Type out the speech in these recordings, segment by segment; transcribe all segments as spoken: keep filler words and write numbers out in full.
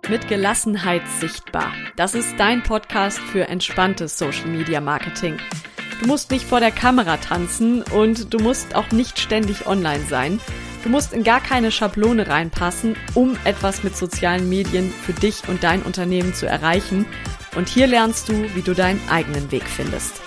Mit Gelassenheit sichtbar. Das ist dein Podcast für entspanntes Social Media Marketing. Du musst nicht vor der Kamera tanzen und du musst auch nicht ständig online sein. Du musst in gar keine Schablone reinpassen, um etwas mit sozialen Medien für dich und dein Unternehmen zu erreichen. Und hier lernst du, wie du deinen eigenen Weg findest.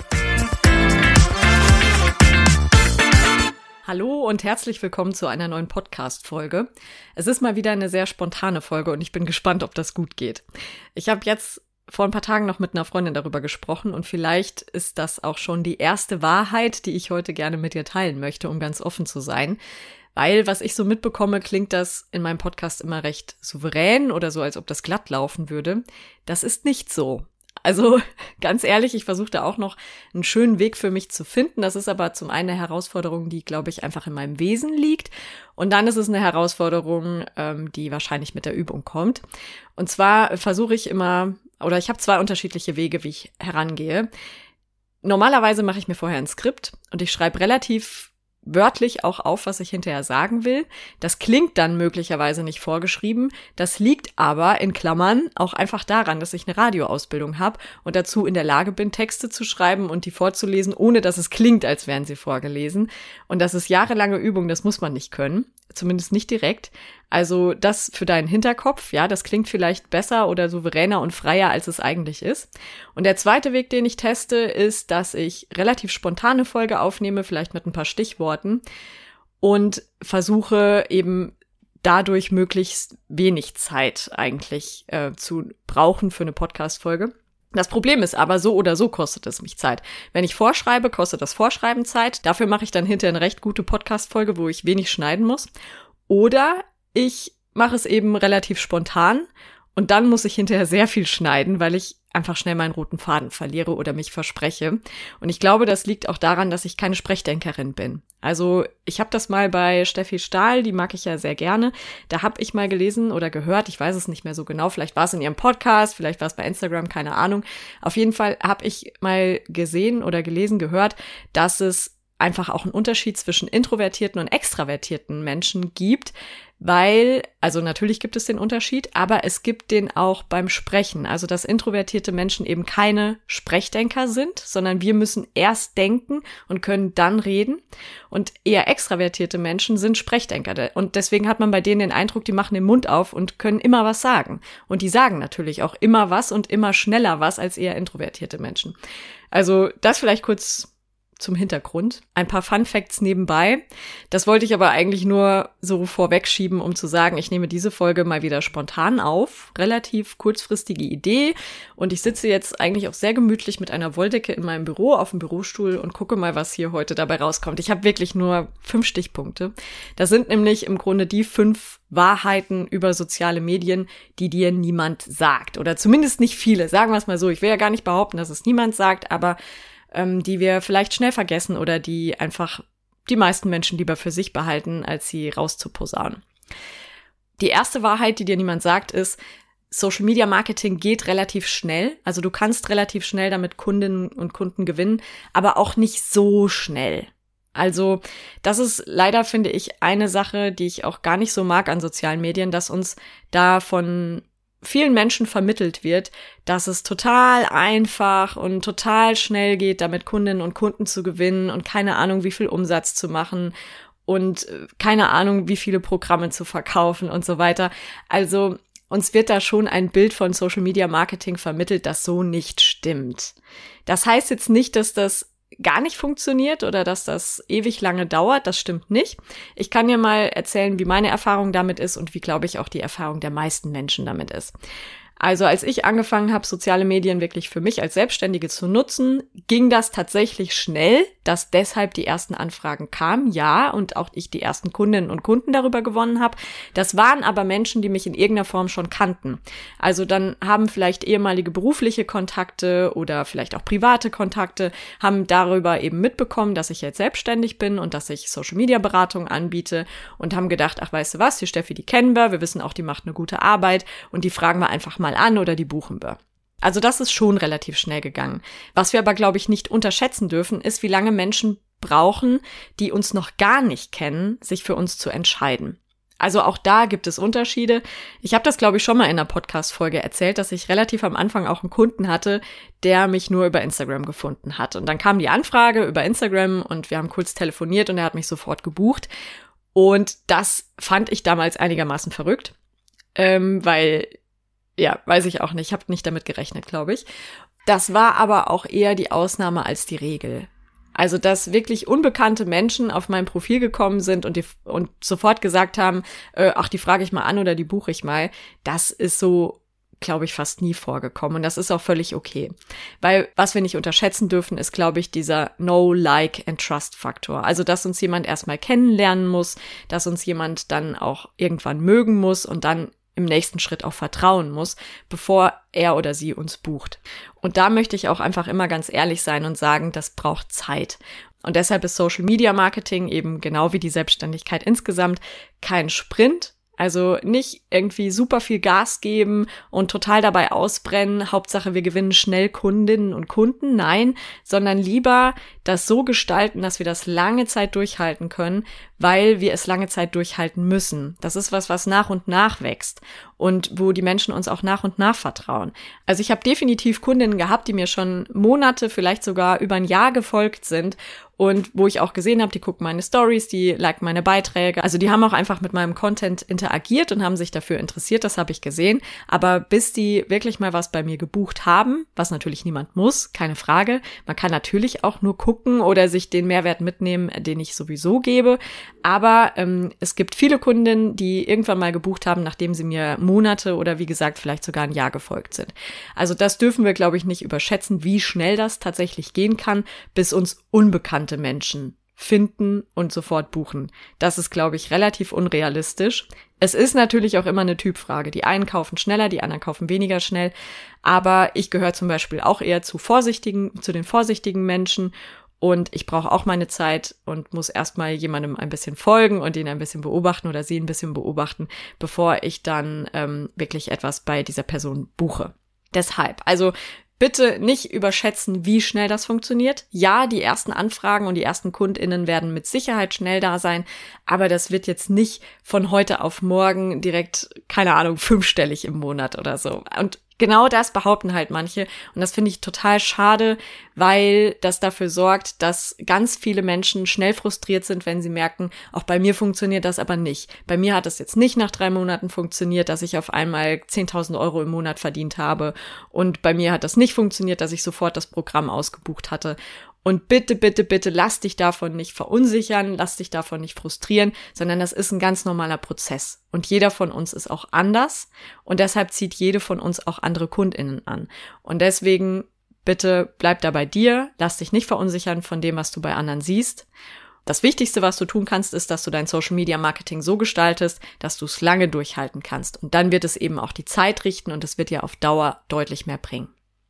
Hallo und herzlich willkommen zu einer neuen Podcast-Folge. Es ist mal wieder eine sehr spontane Folge und ich bin gespannt, ob das gut geht. Ich habe jetzt vor ein paar Tagen noch mit einer Freundin darüber gesprochen und vielleicht ist das auch schon die erste Wahrheit, die ich heute gerne mit dir teilen möchte, um ganz offen zu sein. Weil, was ich so mitbekomme, klingt das in meinem Podcast immer recht souverän oder so, als ob das glatt laufen würde. Das ist nicht so. Also ganz ehrlich, ich versuche da auch noch einen schönen Weg für mich zu finden. Das ist aber zum einen eine Herausforderung, die, glaube ich, einfach in meinem Wesen liegt. Und dann ist es eine Herausforderung, ähm, die wahrscheinlich mit der Übung kommt. Und zwar versuche ich immer, oder ich habe zwei unterschiedliche Wege, wie ich herangehe. Normalerweise mache ich mir vorher ein Skript und ich schreibe relativ wörtlich auch auf, was ich hinterher sagen will. Das klingt dann möglicherweise nicht vorgeschrieben. Das liegt aber in Klammern auch einfach daran, dass ich eine Radioausbildung habe und dazu in der Lage bin, Texte zu schreiben und die vorzulesen, ohne dass es klingt, als wären sie vorgelesen. Und das ist jahrelange Übung, das muss man nicht können. Zumindest nicht direkt. Also das für deinen Hinterkopf, ja, das klingt vielleicht besser oder souveräner und freier, als es eigentlich ist. Und der zweite Weg, den ich teste, ist, dass ich relativ spontane Folge aufnehme, vielleicht mit ein paar Stichworten und versuche eben dadurch möglichst wenig Zeit eigentlich äh, zu brauchen für eine Podcast-Folge. Das Problem ist aber, so oder so kostet es mich Zeit. Wenn ich vorschreibe, kostet das Vorschreiben Zeit. Dafür mache ich dann hinterher eine recht gute Podcast-Folge, wo ich wenig schneiden muss. Oder ich mache es eben relativ spontan und dann muss ich hinterher sehr viel schneiden, weil ich einfach schnell meinen roten Faden verliere oder mich verspreche. Und ich glaube, das liegt auch daran, dass ich keine Sprechdenkerin bin. Also ich habe das mal bei Steffi Stahl, die mag ich ja sehr gerne. Da habe ich mal gelesen oder gehört, ich weiß es nicht mehr so genau, vielleicht war es in ihrem Podcast, vielleicht war es bei Instagram, keine Ahnung. Auf jeden Fall habe ich mal gesehen oder gelesen, gehört, dass es einfach auch einen Unterschied zwischen introvertierten und extravertierten Menschen gibt, weil, also natürlich gibt es den Unterschied, aber es gibt den auch beim Sprechen, also dass introvertierte Menschen eben keine Sprechdenker sind, sondern wir müssen erst denken und können dann reden und eher extravertierte Menschen sind Sprechdenker und deswegen hat man bei denen den Eindruck, die machen den Mund auf und können immer was sagen und die sagen natürlich auch immer was und immer schneller was als eher introvertierte Menschen. Also das vielleicht kurz zum Hintergrund. Ein paar Fun Facts nebenbei. Das wollte ich aber eigentlich nur so vorwegschieben, um zu sagen, ich nehme diese Folge mal wieder spontan auf. Relativ kurzfristige Idee. Und ich sitze jetzt eigentlich auch sehr gemütlich mit einer Wolldecke in meinem Büro auf dem Bürostuhl und gucke mal, was hier heute dabei rauskommt. Ich habe wirklich nur fünf Stichpunkte. Das sind nämlich im Grunde die fünf Wahrheiten über soziale Medien, die dir niemand sagt. Oder zumindest nicht viele. Sagen wir es mal so. Ich will ja gar nicht behaupten, dass es niemand sagt, aber ähm, die wir vielleicht schnell vergessen oder die einfach die meisten Menschen lieber für sich behalten, als sie rauszuposaunen. Die erste Wahrheit, die dir niemand sagt, ist, Social Media Marketing geht relativ schnell. Also du kannst relativ schnell damit Kundinnen und Kunden gewinnen, aber auch nicht so schnell. Also das ist leider, finde ich, eine Sache, die ich auch gar nicht so mag an sozialen Medien, dass uns da von vielen Menschen vermittelt wird, dass es total einfach und total schnell geht, damit Kundinnen und Kunden zu gewinnen und keine Ahnung, wie viel Umsatz zu machen und keine Ahnung, wie viele Programme zu verkaufen und so weiter. Also uns wird da schon ein Bild von Social Media Marketing vermittelt, das so nicht stimmt. Das heißt jetzt nicht, dass das gar nicht funktioniert oder dass das ewig lange dauert, das stimmt nicht. Ich kann dir mal erzählen, wie meine Erfahrung damit ist und wie, glaube ich, auch die Erfahrung der meisten Menschen damit ist. Also als ich angefangen habe, soziale Medien wirklich für mich als Selbstständige zu nutzen, ging das tatsächlich schnell, dass deshalb die ersten Anfragen kamen, ja, und auch ich die ersten Kundinnen und Kunden darüber gewonnen habe. Das waren aber Menschen, die mich in irgendeiner Form schon kannten. Also dann haben vielleicht ehemalige berufliche Kontakte oder vielleicht auch private Kontakte, haben darüber eben mitbekommen, dass ich jetzt selbstständig bin und dass ich Social-Media-Beratung anbiete und haben gedacht, ach, weißt du was, die Steffi, die kennen wir, wir wissen auch, die macht eine gute Arbeit und die fragen wir einfach mal an oder die buchen wir. Also das ist schon relativ schnell gegangen. Was wir aber, glaube ich, nicht unterschätzen dürfen, ist, wie lange Menschen brauchen, die uns noch gar nicht kennen, sich für uns zu entscheiden. Also auch da gibt es Unterschiede. Ich habe das, glaube ich, schon mal in einer Podcast-Folge erzählt, dass ich relativ am Anfang auch einen Kunden hatte, der mich nur über Instagram gefunden hat. Und dann kam die Anfrage über Instagram und wir haben kurz telefoniert und er hat mich sofort gebucht. Und das fand ich damals einigermaßen verrückt, ähm, weil, ja, weiß ich auch nicht, ich habe nicht damit gerechnet, glaube ich. Das war aber auch eher die Ausnahme als die Regel. Also, dass wirklich unbekannte Menschen auf mein Profil gekommen sind und, die, und sofort gesagt haben, äh, ach, die frage ich mal an oder die buche ich mal, das ist so, glaube ich, fast nie vorgekommen. Und das ist auch völlig okay. Weil was wir nicht unterschätzen dürfen, ist, glaube ich, dieser Know, Like and Trust-Faktor. Also, dass uns jemand erstmal kennenlernen muss, dass uns jemand dann auch irgendwann mögen muss und dann im nächsten Schritt auch vertrauen muss, bevor er oder sie uns bucht. Und da möchte ich auch einfach immer ganz ehrlich sein und sagen, das braucht Zeit. Und deshalb ist Social Media Marketing eben genau wie die Selbstständigkeit insgesamt kein Sprint. Also nicht irgendwie super viel Gas geben und total dabei ausbrennen, Hauptsache wir gewinnen schnell Kundinnen und Kunden, nein, sondern lieber das so gestalten, dass wir das lange Zeit durchhalten können, weil wir es lange Zeit durchhalten müssen. Das ist was, was nach und nach wächst und wo die Menschen uns auch nach und nach vertrauen. Also ich habe definitiv Kundinnen gehabt, die mir schon Monate, vielleicht sogar über ein Jahr gefolgt sind und wo ich auch gesehen habe, die gucken meine Stories, die liken meine Beiträge. Also die haben auch einfach mit meinem Content interagiert und haben sich dafür interessiert, das habe ich gesehen. Aber bis die wirklich mal was bei mir gebucht haben, was natürlich niemand muss, keine Frage. Man kann natürlich auch nur gucken oder sich den Mehrwert mitnehmen, den ich sowieso gebe. Aber ähm, es gibt viele Kundinnen, die irgendwann mal gebucht haben, nachdem sie mir Monate oder wie gesagt vielleicht sogar ein Jahr gefolgt sind. Also das dürfen wir, glaube ich, nicht überschätzen, wie schnell das tatsächlich gehen kann, bis uns unbekannte Menschen finden und sofort buchen. Das ist, glaube ich, relativ unrealistisch. Es ist natürlich auch immer eine Typfrage. Die einen kaufen schneller, die anderen kaufen weniger schnell. Aber ich gehöre zum Beispiel auch eher zu vorsichtigen, zu den vorsichtigen Menschen. Und ich brauche auch meine Zeit und muss erstmal jemandem ein bisschen folgen und ihn ein bisschen beobachten oder sie ein bisschen beobachten, bevor ich dann ähm, wirklich etwas bei dieser Person buche. Deshalb, also bitte nicht überschätzen, wie schnell das funktioniert. Ja, die ersten Anfragen und die ersten KundInnen werden mit Sicherheit schnell da sein, aber das wird jetzt nicht von heute auf morgen direkt, keine Ahnung, fünfstellig im Monat oder so. Und genau das behaupten halt manche und das finde ich total schade, weil das dafür sorgt, dass ganz viele Menschen schnell frustriert sind, wenn sie merken, auch bei mir funktioniert das aber nicht. Bei mir hat es jetzt nicht nach drei Monaten funktioniert, dass ich auf einmal zehntausend Euro im Monat verdient habe und bei mir hat das nicht funktioniert, dass ich sofort das Programm ausgebucht hatte. Und bitte, bitte, bitte lass dich davon nicht verunsichern, lass dich davon nicht frustrieren, sondern das ist ein ganz normaler Prozess. Und jeder von uns ist auch anders und deshalb zieht jede von uns auch andere KundInnen an. Und deswegen bitte bleib da bei dir, lass dich nicht verunsichern von dem, was du bei anderen siehst. Das Wichtigste, was du tun kannst, ist, dass du dein Social Media Marketing so gestaltest, dass du es lange durchhalten kannst. Und dann wird es eben auch die Zeit richten und es wird dir auf Dauer deutlich mehr bringen.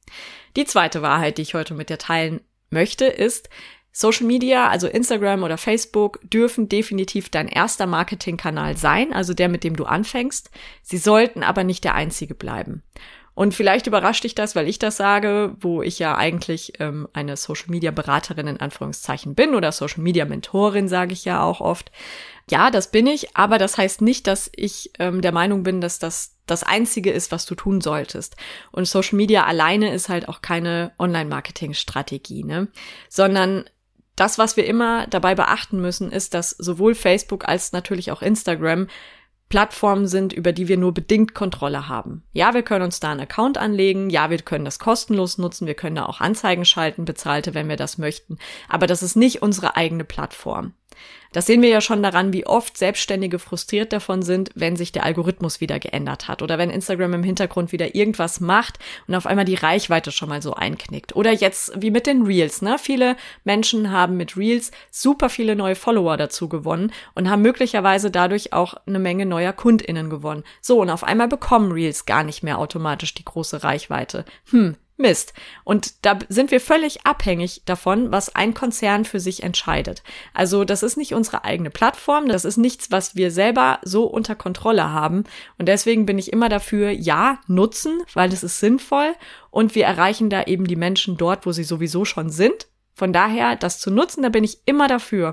Die zweite Wahrheit, die ich heute mit dir teilen möchte, ist, Social Media, also Instagram oder Facebook, dürfen definitiv dein erster Marketingkanal sein, also der, mit dem du anfängst. Sie sollten aber nicht der einzige bleiben. Und vielleicht überrascht dich das, weil ich das sage, wo ich ja eigentlich ähm, eine Social-Media-Beraterin in Anführungszeichen bin oder Social-Media-Mentorin, sage ich ja auch oft. Ja, das bin ich, aber das heißt nicht, dass ich ähm, der Meinung bin, dass das das Einzige ist, was du tun solltest. Und Social Media alleine ist halt auch keine Online-Marketing-Strategie, ne? Sondern das, was wir immer dabei beachten müssen, ist, dass sowohl Facebook als natürlich auch Instagram Plattformen sind, über die wir nur bedingt Kontrolle haben. Ja, wir können uns da einen Account anlegen, ja, wir können das kostenlos nutzen, wir können da auch Anzeigen schalten, bezahlte, wenn wir das möchten, aber das ist nicht unsere eigene Plattform. Das sehen wir ja schon daran, wie oft Selbstständige frustriert davon sind, wenn sich der Algorithmus wieder geändert hat oder wenn Instagram im Hintergrund wieder irgendwas macht und auf einmal die Reichweite schon mal so einknickt. Oder jetzt wie mit den Reels, ne? Viele Menschen haben mit Reels super viele neue Follower dazu gewonnen und haben möglicherweise dadurch auch eine Menge neuer KundInnen gewonnen. So, und auf einmal bekommen Reels gar nicht mehr automatisch die große Reichweite. Hm. Mist. Und da sind wir völlig abhängig davon, was ein Konzern für sich entscheidet. Also das ist nicht unsere eigene Plattform, das ist nichts, was wir selber so unter Kontrolle haben. Und deswegen bin ich immer dafür, ja, nutzen, weil es ist sinnvoll und wir erreichen da eben die Menschen dort, wo sie sowieso schon sind. Von daher, das zu nutzen, da bin ich immer dafür.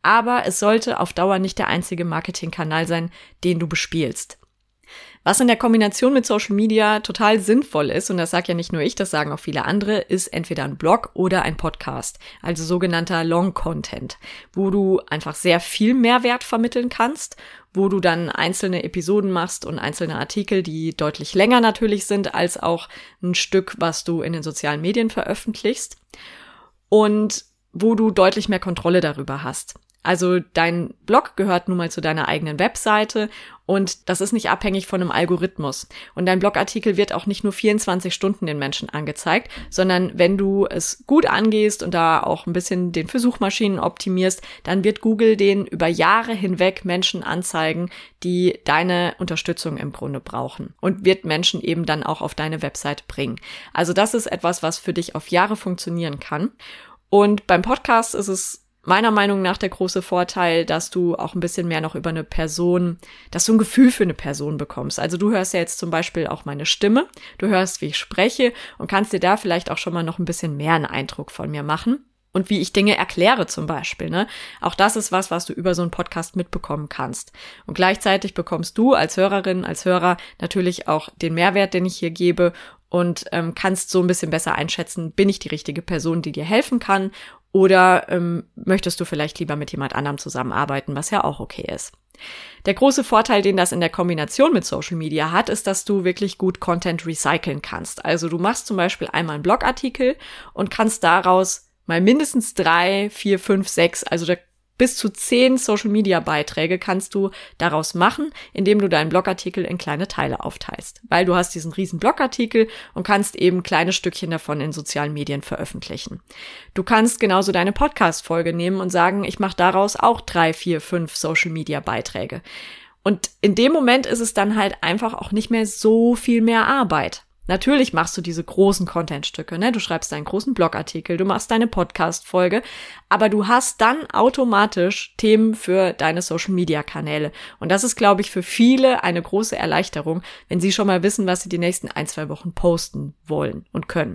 aber es sollte auf Dauer nicht der einzige Marketingkanal sein, den du bespielst. Was in der Kombination mit Social Media total sinnvoll ist, und das sage ja nicht nur ich, das sagen auch viele andere, ist entweder ein Blog oder ein Podcast, also sogenannter Long Content, wo du einfach sehr viel Mehrwert vermitteln kannst, wo du dann einzelne Episoden machst und einzelne Artikel, die deutlich länger natürlich sind, als auch ein Stück, was du in den sozialen Medien veröffentlichst und wo du deutlich mehr Kontrolle darüber hast. Also dein Blog gehört nun mal zu deiner eigenen Webseite und das ist nicht abhängig von einem Algorithmus. Und dein Blogartikel wird auch nicht nur vierundzwanzig Stunden den Menschen angezeigt, sondern wenn du es gut angehst und da auch ein bisschen den für Suchmaschinen optimierst, dann wird Google den über Jahre hinweg Menschen anzeigen, die deine Unterstützung im Grunde brauchen und wird Menschen eben dann auch auf deine Website bringen. Also das ist etwas, was für dich auf Jahre funktionieren kann. Und beim Podcast ist es meiner Meinung nach der große Vorteil, dass du auch ein bisschen mehr noch über eine Person, dass du ein Gefühl für eine Person bekommst. Also du hörst ja jetzt zum Beispiel auch meine Stimme, du hörst, wie ich spreche und kannst dir da vielleicht auch schon mal noch ein bisschen mehr einen Eindruck von mir machen. Und wie ich Dinge erkläre zum Beispiel, ne? Auch das ist was, was du über so einen Podcast mitbekommen kannst. Und gleichzeitig bekommst du als Hörerin, als Hörer natürlich auch den Mehrwert, den ich hier gebe und ähm, kannst so ein bisschen besser einschätzen, bin ich die richtige Person, die dir helfen kann oder ähm, möchtest du vielleicht lieber mit jemand anderem zusammenarbeiten, was ja auch okay ist. Der große Vorteil, den das in der Kombination mit Social Media hat, ist, dass du wirklich gut Content recyceln kannst. Also du machst zum Beispiel einmal einen Blogartikel und kannst daraus mal mindestens drei, vier, fünf, sechs, also da bis zu zehn Social-Media-Beiträge kannst du daraus machen, indem du deinen Blogartikel in kleine Teile aufteilst. Weil du hast diesen riesen Blogartikel und kannst eben kleine Stückchen davon in sozialen Medien veröffentlichen. Du kannst genauso deine Podcast-Folge nehmen und sagen, ich mache daraus auch drei, vier, fünf Social-Media-Beiträge. Und in dem Moment ist es dann halt einfach auch nicht mehr so viel mehr Arbeit. Natürlich machst du diese großen Contentstücke, ne? Du schreibst deinen großen Blogartikel, du machst deine Podcast-Folge, aber du hast dann automatisch Themen für deine Social-Media-Kanäle. Und das ist, glaube ich, für viele eine große Erleichterung, wenn sie schon mal wissen, was sie die nächsten ein, zwei Wochen posten wollen und können.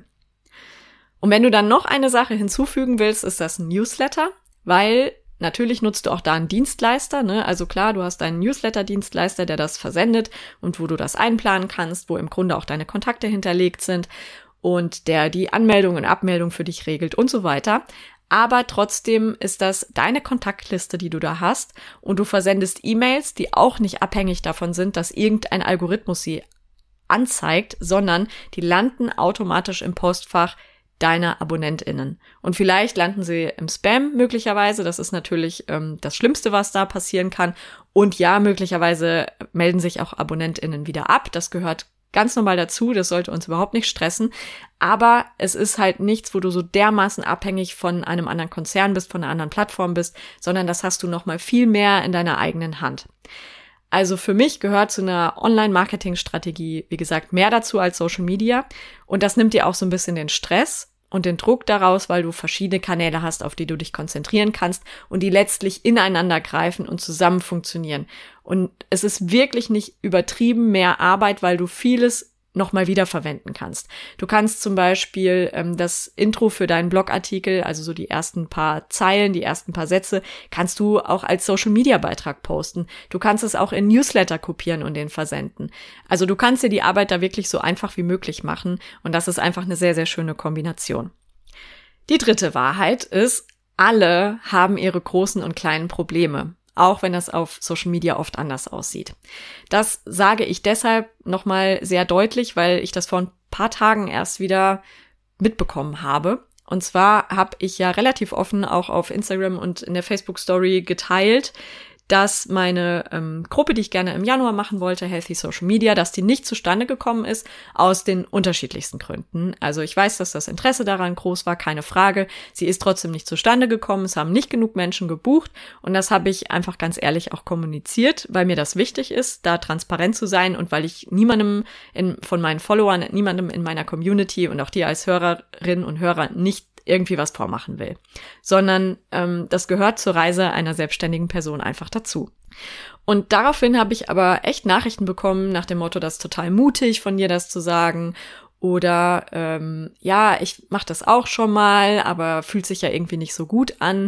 Und wenn du dann noch eine Sache hinzufügen willst, ist das ein Newsletter, weil natürlich nutzt du auch da einen Dienstleister, ne? Also klar, du hast einen Newsletter-Dienstleister, der das versendet und wo du das einplanen kannst, wo im Grunde auch deine Kontakte hinterlegt sind und der die Anmeldung und Abmeldung für dich regelt und so weiter. Aber trotzdem ist das deine Kontaktliste, die du da hast und du versendest E-Mails, die auch nicht abhängig davon sind, dass irgendein Algorithmus sie anzeigt, sondern die landen automatisch im Postfach deiner AbonnentInnen. Und vielleicht landen sie im Spam möglicherweise. Das ist natürlich ähm, das Schlimmste, was da passieren kann. Und ja, möglicherweise melden sich auch AbonnentInnen wieder ab. Das gehört ganz normal dazu. Das sollte uns überhaupt nicht stressen. Aber es ist halt nichts, wo du so dermaßen abhängig von einem anderen Konzern bist, von einer anderen Plattform bist, sondern das hast du noch mal viel mehr in deiner eigenen Hand. Also für mich gehört zu einer Online-Marketing-Strategie, wie gesagt, mehr dazu als Social Media. Und das nimmt dir auch so ein bisschen den Stress und den Druck daraus, weil du verschiedene Kanäle hast, auf die du dich konzentrieren kannst und die letztlich ineinander greifen und zusammen funktionieren. Und es ist wirklich nicht übertrieben mehr Arbeit, weil du vieles nochmal wiederverwenden kannst. Du kannst zum Beispiel ähm, das Intro für deinen Blogartikel, also so die ersten paar Zeilen, die ersten paar Sätze, kannst du auch als Social-Media-Beitrag posten. Du kannst es auch in Newsletter kopieren und den versenden. Also du kannst dir die Arbeit da wirklich so einfach wie möglich machen und das ist einfach eine sehr, sehr schöne Kombination. Die dritte Wahrheit ist, alle haben ihre großen und kleinen Probleme. Auch wenn das auf Social Media oft anders aussieht. Das sage ich deshalb nochmal sehr deutlich, weil ich das vor ein paar Tagen erst wieder mitbekommen habe. Und zwar habe ich ja relativ offen auch auf Instagram und in der Facebook-Story geteilt, dass meine ähm, Gruppe, die ich gerne im Januar machen wollte, Healthy Social Media, dass die nicht zustande gekommen ist, aus den unterschiedlichsten Gründen. Also ich weiß, dass das Interesse daran groß war, keine Frage. Sie ist trotzdem nicht zustande gekommen, es haben nicht genug Menschen gebucht und das habe ich einfach ganz ehrlich auch kommuniziert, weil mir das wichtig ist, da transparent zu sein und weil ich niemandem in, von meinen Followern, niemandem in meiner Community und auch dir als Hörerinnen und Hörer nicht irgendwie was vormachen will, sondern ähm, das gehört zur Reise einer selbstständigen Person einfach dazu. Und daraufhin habe ich aber echt Nachrichten bekommen nach dem Motto, das ist total mutig von dir, das zu sagen oder ähm, ja, ich mache das auch schon mal, aber fühlt sich ja irgendwie nicht so gut an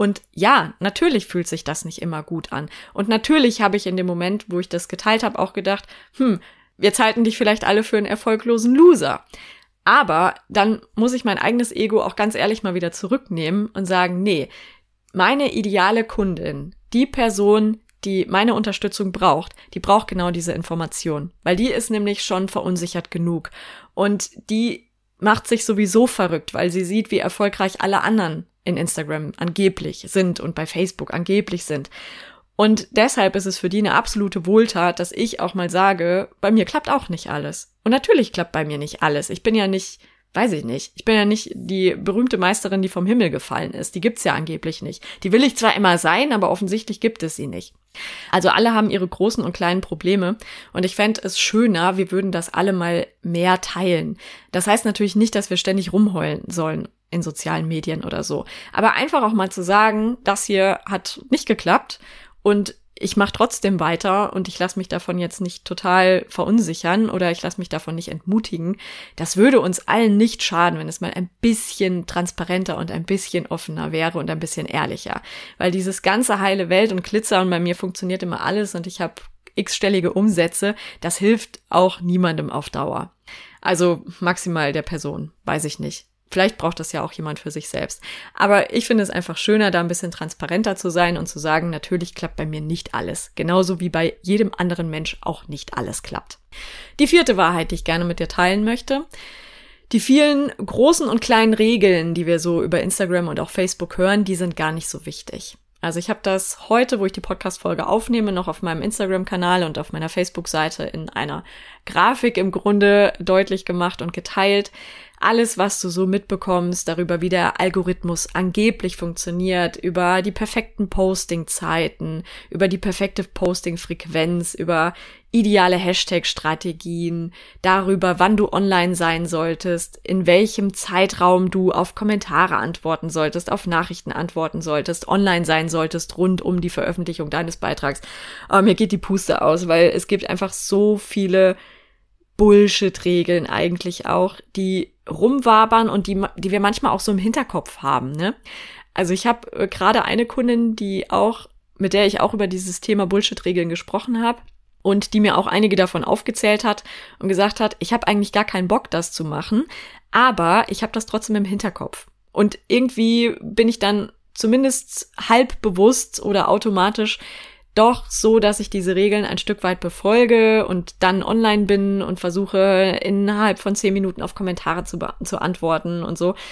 Und ja, natürlich fühlt sich das nicht immer gut an. Und natürlich habe ich in dem Moment, wo ich das geteilt habe, auch gedacht, hm, jetzt halten dich vielleicht alle für einen erfolglosen Loser. Aber dann muss ich mein eigenes Ego auch ganz ehrlich mal wieder zurücknehmen und sagen, nee, meine ideale Kundin, die Person, die meine Unterstützung braucht, die braucht genau diese Information. Weil die ist nämlich schon verunsichert genug. Und die macht sich sowieso verrückt, weil sie sieht, wie erfolgreich alle anderen in Instagram angeblich sind und bei Facebook angeblich sind. Und deshalb ist es für die eine absolute Wohltat, dass ich auch mal sage, bei mir klappt auch nicht alles. Und natürlich klappt bei mir nicht alles. Ich bin ja nicht, weiß ich nicht, ich bin ja nicht die berühmte Meisterin, die vom Himmel gefallen ist. Die gibt's ja angeblich nicht. Die will ich zwar immer sein, aber offensichtlich gibt es sie nicht. Also alle haben ihre großen und kleinen Probleme und ich fände es schöner, wir würden das alle mal mehr teilen. Das heißt natürlich nicht, dass wir ständig rumheulen sollen in sozialen Medien oder so. Aber einfach auch mal zu sagen, das hier hat nicht geklappt und ich mache trotzdem weiter und ich lasse mich davon jetzt nicht total verunsichern oder ich lasse mich davon nicht entmutigen. Das würde uns allen nicht schaden, wenn es mal ein bisschen transparenter und ein bisschen offener wäre und ein bisschen ehrlicher. Weil dieses ganze heile Welt und Glitzer und bei mir funktioniert immer alles und ich habe x-stellige Umsätze, das hilft auch niemandem auf Dauer. Also maximal der Person, weiß ich nicht. Vielleicht braucht das ja auch jemand für sich selbst. Aber ich finde es einfach schöner, da ein bisschen transparenter zu sein und zu sagen, natürlich klappt bei mir nicht alles. Genauso wie bei jedem anderen Mensch auch nicht alles klappt. Die vierte Wahrheit, die ich gerne mit dir teilen möchte. Die vielen großen und kleinen Regeln, die wir so über Instagram und auch Facebook hören, die sind gar nicht so wichtig. Also ich habe das heute, wo ich die Podcast-Folge aufnehme, noch auf meinem Instagram-Kanal und auf meiner Facebook-Seite in einer Grafik im Grunde deutlich gemacht und geteilt. Alles, was du so mitbekommst, darüber, wie der Algorithmus angeblich funktioniert, über die perfekten Posting-Zeiten, über die perfekte Posting-Frequenz, über ideale Hashtag-Strategien, darüber, wann du online sein solltest, in welchem Zeitraum du auf Kommentare antworten solltest, auf Nachrichten antworten solltest, online sein solltest, rund um die Veröffentlichung deines Beitrags. Aber mir geht die Puste aus, weil es gibt einfach so viele Bullshit-Regeln eigentlich auch, die rumwabern und die, die wir manchmal auch so im Hinterkopf haben, ne? Also ich habe äh, gerade eine Kundin, die auch, mit der ich auch über dieses Thema Bullshit-Regeln gesprochen habe und die mir auch einige davon aufgezählt hat und gesagt hat, ich habe eigentlich gar keinen Bock, das zu machen, aber ich habe das trotzdem im Hinterkopf. Und irgendwie bin ich dann zumindest halb bewusst oder automatisch doch so, dass ich diese Regeln ein Stück weit befolge und dann online bin und versuche innerhalb von zehn Minuten auf Kommentare zu, be- zu antworten und so.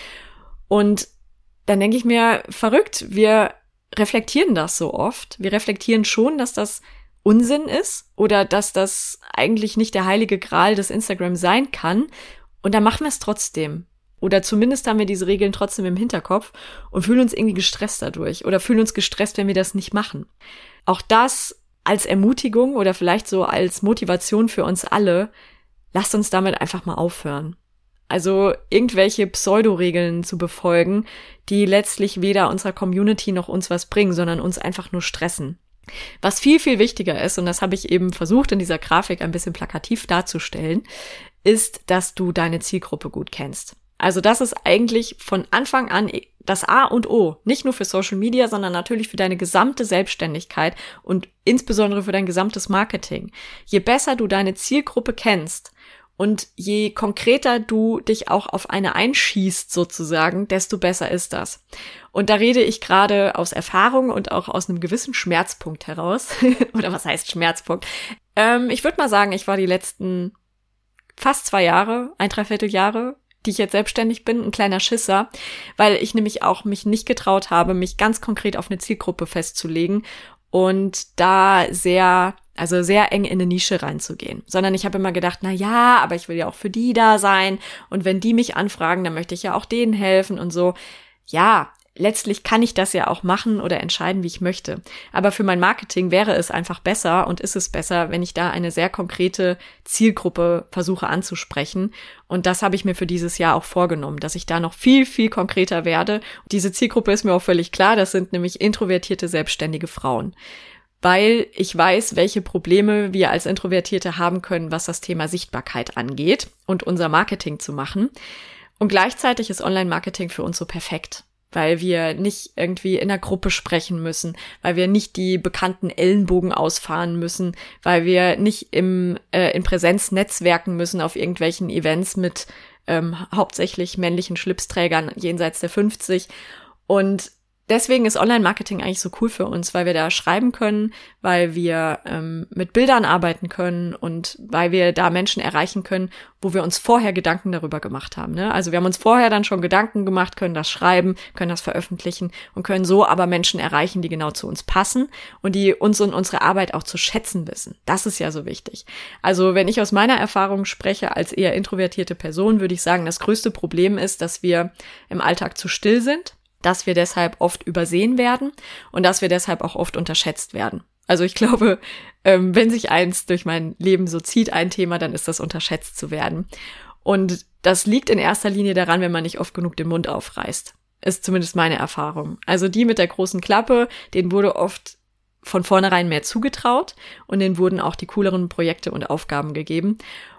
Und dann denke ich mir, verrückt, wir reflektieren das so oft. Wir reflektieren schon, dass das Unsinn ist oder dass das eigentlich nicht der heilige Gral des Instagram sein kann. Und dann machen wir es trotzdem. Oder zumindest haben wir diese Regeln trotzdem im Hinterkopf und fühlen uns irgendwie gestresst dadurch oder fühlen uns gestresst, wenn wir das nicht machen. Auch das als Ermutigung oder vielleicht so als Motivation für uns alle, lasst uns damit einfach mal aufhören. Also irgendwelche Pseudo-Regeln zu befolgen, die letztlich weder unserer Community noch uns was bringen, sondern uns einfach nur stressen. Was viel, viel wichtiger ist, und das habe ich eben versucht in dieser Grafik ein bisschen plakativ darzustellen, ist, dass du deine Zielgruppe gut kennst. Also das ist eigentlich von Anfang an das A und O, nicht nur für Social Media, sondern natürlich für deine gesamte Selbstständigkeit und insbesondere für dein gesamtes Marketing. Je besser du deine Zielgruppe kennst und je konkreter du dich auch auf eine einschießt sozusagen, desto besser ist das. Und da rede ich gerade aus Erfahrung und auch aus einem gewissen Schmerzpunkt heraus. Oder was heißt Schmerzpunkt? Ähm, ich würde mal sagen, ich war die letzten fast zwei Jahre, ein Dreivierteljahre, die ich jetzt selbstständig bin, ein kleiner Schisser, weil ich nämlich auch mich nicht getraut habe, mich ganz konkret auf eine Zielgruppe festzulegen und da sehr, also sehr eng in eine Nische reinzugehen. Sondern ich habe immer gedacht, na ja, aber ich will ja auch für die da sein und wenn die mich anfragen, dann möchte ich ja auch denen helfen und so. Ja, letztlich kann ich das ja auch machen oder entscheiden, wie ich möchte. Aber für mein Marketing wäre es einfach besser und ist es besser, wenn ich da eine sehr konkrete Zielgruppe versuche anzusprechen. Und das habe ich mir für dieses Jahr auch vorgenommen, dass ich da noch viel, viel konkreter werde. Und diese Zielgruppe ist mir auch völlig klar, das sind nämlich introvertierte, selbstständige Frauen. Weil ich weiß, welche Probleme wir als Introvertierte haben können, was das Thema Sichtbarkeit angeht und unser Marketing zu machen. Und gleichzeitig ist Online-Marketing für uns so perfekt. weil wir nicht irgendwie in einer Gruppe sprechen müssen, weil wir nicht die bekannten Ellenbogen ausfahren müssen, weil wir nicht im äh, in Präsenz netzwerken müssen auf irgendwelchen Events mit ähm, hauptsächlich männlichen Schlipsträgern jenseits der fünfzig. Und deswegen ist Online-Marketing eigentlich so cool für uns, weil wir da schreiben können, weil wir ähm, mit Bildern arbeiten können und weil wir da Menschen erreichen können, wo wir uns vorher Gedanken darüber gemacht haben. Ne? Also wir haben uns vorher dann schon Gedanken gemacht, können das schreiben, können das veröffentlichen und können so aber Menschen erreichen, die genau zu uns passen und die uns und unsere Arbeit auch zu schätzen wissen. Das ist ja so wichtig. Also wenn ich aus meiner Erfahrung spreche als eher introvertierte Person, würde ich sagen, das größte Problem ist, dass wir im Alltag zu still sind, dass wir deshalb oft übersehen werden und dass wir deshalb auch oft unterschätzt werden. Also ich glaube, ähm, wenn sich eins durch mein Leben so zieht, ein Thema, dann ist das unterschätzt zu werden. Und das liegt in erster Linie daran, wenn man nicht oft genug den Mund aufreißt. Ist zumindest meine Erfahrung. Also die mit der großen Klappe, denen wurde oft von vornherein mehr zugetraut und denen wurden auch die cooleren Projekte und Aufgaben gegeben.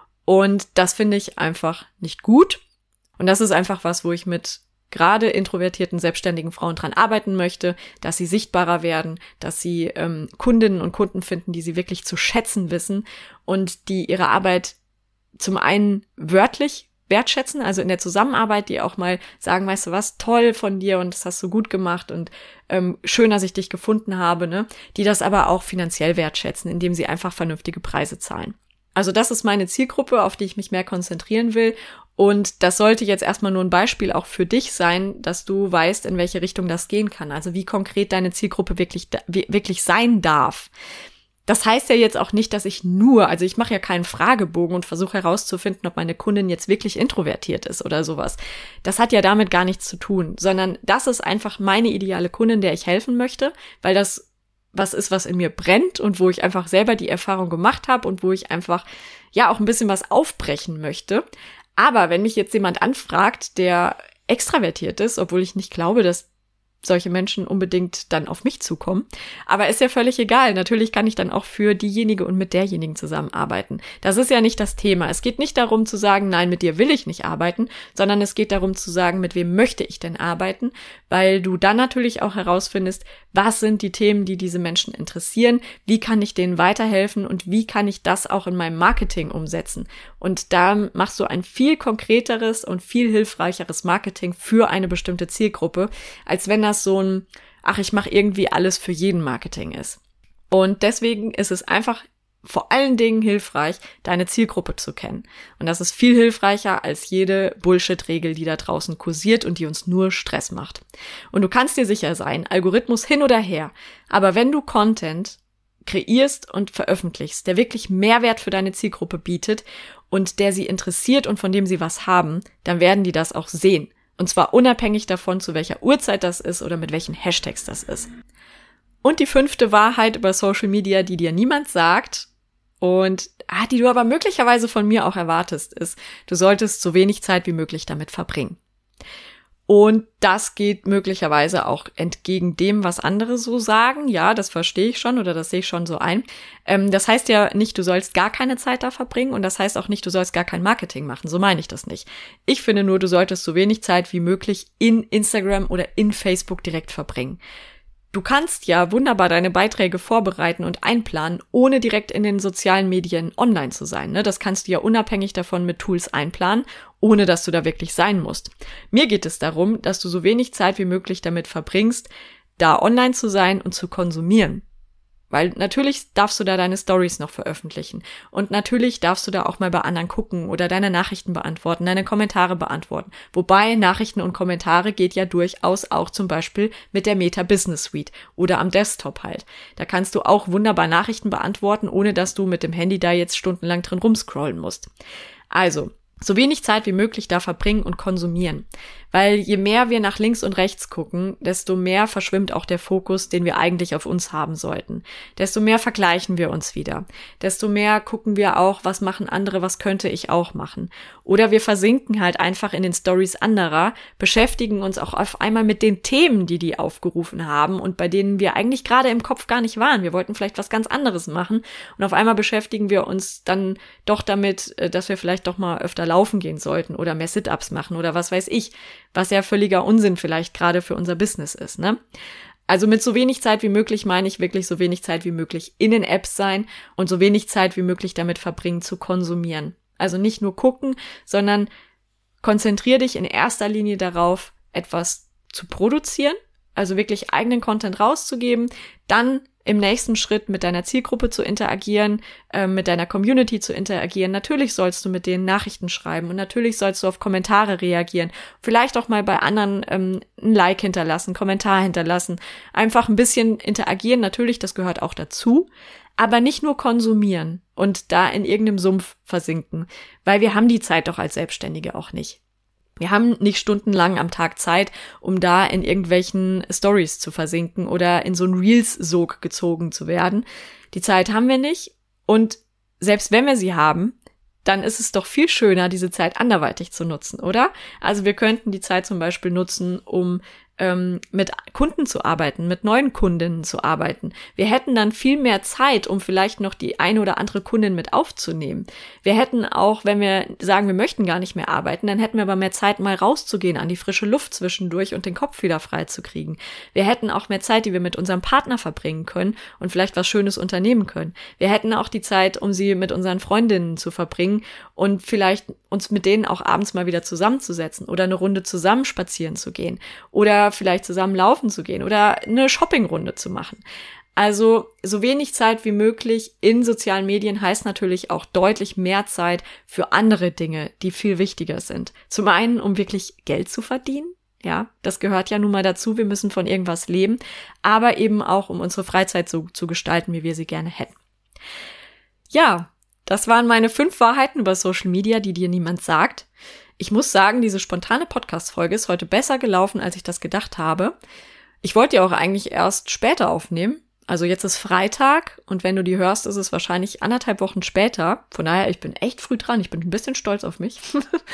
Und das finde ich einfach nicht gut. Und das ist einfach was, wo ich mit gerade introvertierten, selbstständigen Frauen dran arbeiten möchte, dass sie sichtbarer werden, dass sie ähm, Kundinnen und Kunden finden, die sie wirklich zu schätzen wissen und die ihre Arbeit zum einen wörtlich wertschätzen, also in der Zusammenarbeit, die auch mal sagen, weißt du was, toll von dir und das hast du gut gemacht und ähm, schön, dass ich dich gefunden habe, ne? Die das aber auch finanziell wertschätzen, indem sie einfach vernünftige Preise zahlen. Also das ist meine Zielgruppe, auf die ich mich mehr konzentrieren will. Und das sollte jetzt erstmal nur ein Beispiel auch für dich sein, dass du weißt, in welche Richtung das gehen kann. Also wie konkret deine Zielgruppe wirklich, wirklich sein darf. Das heißt ja jetzt auch nicht, dass ich nur, also ich mache ja keinen Fragebogen und versuche herauszufinden, ob meine Kundin jetzt wirklich introvertiert ist oder sowas. Das hat ja damit gar nichts zu tun, sondern das ist einfach meine ideale Kundin, der ich helfen möchte, weil das was ist, was in mir brennt und wo ich einfach selber die Erfahrung gemacht habe und wo ich einfach ja auch ein bisschen was aufbrechen möchte. Aber wenn mich jetzt jemand anfragt, der extravertiert ist, obwohl ich nicht glaube, dass solche Menschen unbedingt dann auf mich zukommen. Aber ist ja völlig egal. Natürlich kann ich dann auch für diejenige und mit derjenigen zusammenarbeiten. Das ist ja nicht das Thema. Es geht nicht darum zu sagen, nein, mit dir will ich nicht arbeiten, sondern es geht darum zu sagen, mit wem möchte ich denn arbeiten, weil du dann natürlich auch herausfindest, was sind die Themen, die diese Menschen interessieren, wie kann ich denen weiterhelfen und wie kann ich das auch in meinem Marketing umsetzen. Und da machst du ein viel konkreteres und viel hilfreicheres Marketing für eine bestimmte Zielgruppe, als wenn das so ein, ach, ich mache irgendwie alles für jeden Marketing ist. Und deswegen ist es einfach vor allen Dingen hilfreich, deine Zielgruppe zu kennen. Und das ist viel hilfreicher als jede Bullshit-Regel, die da draußen kursiert und die uns nur Stress macht. Und du kannst dir sicher sein, Algorithmus hin oder her, aber wenn du Content kreierst und veröffentlichst, der wirklich Mehrwert für deine Zielgruppe bietet und der sie interessiert und von dem sie was haben, dann werden die das auch sehen. Und zwar unabhängig davon, zu welcher Uhrzeit das ist oder mit welchen Hashtags das ist. Und die fünfte Wahrheit über Social Media, die dir niemand sagt und ah, die du aber möglicherweise von mir auch erwartest, ist, du solltest so wenig Zeit wie möglich damit verbringen. Und das geht möglicherweise auch entgegen dem, was andere so sagen. Ja, das verstehe ich schon oder das sehe ich schon so ein. Ähm, das heißt ja nicht, du sollst gar keine Zeit da verbringen und das heißt auch nicht, du sollst gar kein Marketing machen. So meine ich das nicht. Ich finde nur, du solltest so wenig Zeit wie möglich in Instagram oder in Facebook direkt verbringen. Du kannst ja wunderbar deine Beiträge vorbereiten und einplanen, ohne direkt in den sozialen Medien online zu sein. Ne? Das kannst du ja unabhängig davon mit Tools einplanen, ohne dass du da wirklich sein musst. Mir geht es darum, dass du so wenig Zeit wie möglich damit verbringst, da online zu sein und zu konsumieren. Weil natürlich darfst du da deine Stories noch veröffentlichen. Und natürlich darfst du da auch mal bei anderen gucken oder deine Nachrichten beantworten, deine Kommentare beantworten. Wobei Nachrichten und Kommentare geht ja durchaus auch zum Beispiel mit der Meta Business Suite oder am Desktop halt. Da kannst du auch wunderbar Nachrichten beantworten, ohne dass du mit dem Handy da jetzt stundenlang drin rumscrollen musst. Also, so wenig Zeit wie möglich da verbringen und konsumieren. Weil je mehr wir nach links und rechts gucken, desto mehr verschwimmt auch der Fokus, den wir eigentlich auf uns haben sollten. Desto mehr vergleichen wir uns wieder. Desto mehr gucken wir auch, was machen andere, was könnte ich auch machen. Oder wir versinken halt einfach in den Stories anderer, beschäftigen uns auch auf einmal mit den Themen, die die aufgerufen haben und bei denen wir eigentlich gerade im Kopf gar nicht waren. Wir wollten vielleicht was ganz anderes machen und auf einmal beschäftigen wir uns dann doch damit, dass wir vielleicht doch mal öfter laufen gehen sollten oder mehr Sit-Ups machen oder was weiß ich, was ja völliger Unsinn vielleicht gerade für unser Business ist, ne? Also mit so wenig Zeit wie möglich meine ich wirklich so wenig Zeit wie möglich in den Apps sein und so wenig Zeit wie möglich damit verbringen zu konsumieren. Also nicht nur gucken, sondern konzentrier dich in erster Linie darauf, etwas zu produzieren, also wirklich eigenen Content rauszugeben, dann im nächsten Schritt mit deiner Zielgruppe zu interagieren, äh, mit deiner Community zu interagieren. Natürlich sollst du mit denen Nachrichten schreiben und natürlich sollst du auf Kommentare reagieren. Vielleicht auch mal bei anderen ähm, ein Like hinterlassen, Kommentar hinterlassen. Einfach ein bisschen interagieren, natürlich, das gehört auch dazu. Aber nicht nur konsumieren und da in irgendeinem Sumpf versinken, weil wir haben die Zeit doch als Selbstständige auch nicht. Wir haben nicht stundenlang am Tag Zeit, um da in irgendwelchen Stories zu versinken oder in so einen Reels-Sog gezogen zu werden. Die Zeit haben wir nicht und selbst wenn wir sie haben, dann ist es doch viel schöner, diese Zeit anderweitig zu nutzen, oder? Also wir könnten die Zeit zum Beispiel nutzen, um ähm, mit Kunden zu arbeiten, mit neuen Kundinnen zu arbeiten. Wir hätten dann viel mehr Zeit, um vielleicht noch die eine oder andere Kundin mit aufzunehmen. Wir hätten auch, wenn wir sagen, wir möchten gar nicht mehr arbeiten, dann hätten wir aber mehr Zeit, mal rauszugehen, an die frische Luft zwischendurch und den Kopf wieder frei zu kriegen. Wir hätten auch mehr Zeit, die wir mit unserem Partner verbringen können und vielleicht was Schönes unternehmen können. Wir hätten auch die Zeit, um sie mit unseren Freundinnen zu verbringen und vielleicht uns mit denen auch abends mal wieder zusammenzusetzen oder eine Runde zusammen spazieren zu gehen oder vielleicht zusammen laufen zu gehen oder eine Shoppingrunde zu machen. Also so wenig Zeit wie möglich in sozialen Medien heißt natürlich auch deutlich mehr Zeit für andere Dinge, die viel wichtiger sind. Zum einen, um wirklich Geld zu verdienen. Ja, das gehört ja nun mal dazu. Wir müssen von irgendwas leben, aber eben auch, um unsere Freizeit so zu gestalten, wie wir sie gerne hätten. Ja, das waren meine fünf Wahrheiten über Social Media, die dir niemand sagt. Ich muss sagen, diese spontane Podcast-Folge ist heute besser gelaufen, als ich das gedacht habe. Ich wollte die auch eigentlich erst später aufnehmen. Also jetzt ist Freitag und wenn du die hörst, ist es wahrscheinlich anderthalb Wochen später. Von daher, ich bin echt früh dran. Ich bin ein bisschen stolz auf mich.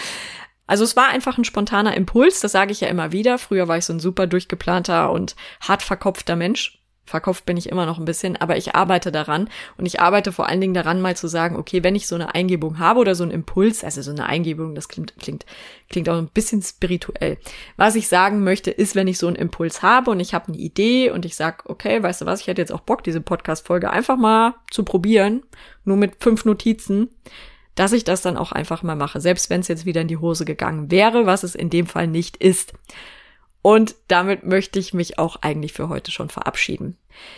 Also es war einfach ein spontaner Impuls, das sage ich ja immer wieder. Früher war ich so ein super durchgeplanter und hart verkopfter Mensch. Verkopft bin ich immer noch ein bisschen, aber ich arbeite daran und ich arbeite vor allen Dingen daran, mal zu sagen, okay, wenn ich so eine Eingebung habe oder so einen Impuls, also so eine Eingebung, das klingt, klingt, klingt auch ein bisschen spirituell. Was ich sagen möchte, ist, wenn ich so einen Impuls habe und ich habe eine Idee und ich sage, okay, weißt du was, ich hätte jetzt auch Bock, diese Podcast-Folge einfach mal zu probieren, nur mit fünf Notizen, dass ich das dann auch einfach mal mache, selbst wenn es jetzt wieder in die Hose gegangen wäre, was es in dem Fall nicht ist. Und damit möchte ich mich auch eigentlich für heute schon verabschieden.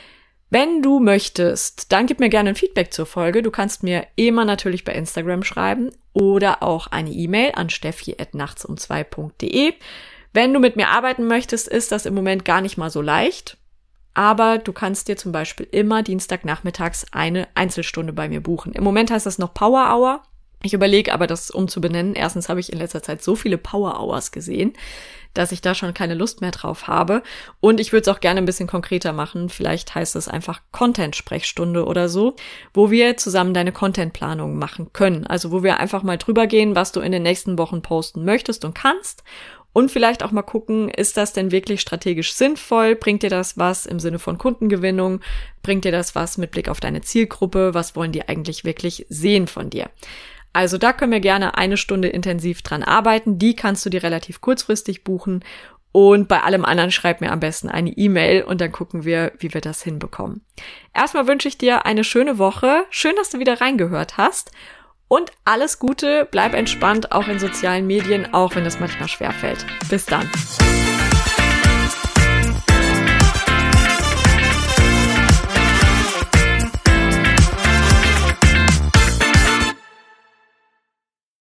Wenn du möchtest, dann gib mir gerne ein Feedback zur Folge. Du kannst mir immer natürlich bei Instagram schreiben oder auch eine E-Mail an steffi at nachts um zwei punkt de. Wenn du mit mir arbeiten möchtest, ist das im Moment gar nicht mal so leicht. Aber du kannst dir zum Beispiel immer Dienstagnachmittags eine Einzelstunde bei mir buchen. Im Moment heißt das noch Power Hour. Ich überlege aber, das umzubenennen. Erstens habe ich in letzter Zeit so viele Power Hours gesehen, dass ich da schon keine Lust mehr drauf habe. Und ich würde es auch gerne ein bisschen konkreter machen. Vielleicht heißt es einfach Content-Sprechstunde oder so, wo wir zusammen deine Contentplanung machen können. Also wo wir einfach mal drüber gehen, was du in den nächsten Wochen posten möchtest und kannst. Und vielleicht auch mal gucken, ist das denn wirklich strategisch sinnvoll? Bringt dir das was im Sinne von Kundengewinnung? Bringt dir das was mit Blick auf deine Zielgruppe? Was wollen die eigentlich wirklich sehen von dir? Also da können wir gerne eine Stunde intensiv dran arbeiten. Die kannst du dir relativ kurzfristig buchen. Und bei allem anderen schreib mir am besten eine E-Mail und dann gucken wir, wie wir das hinbekommen. Erstmal wünsche ich dir eine schöne Woche. Schön, dass du wieder reingehört hast. Und alles Gute, bleib entspannt, auch in sozialen Medien, auch wenn es manchmal schwerfällt. Bis dann.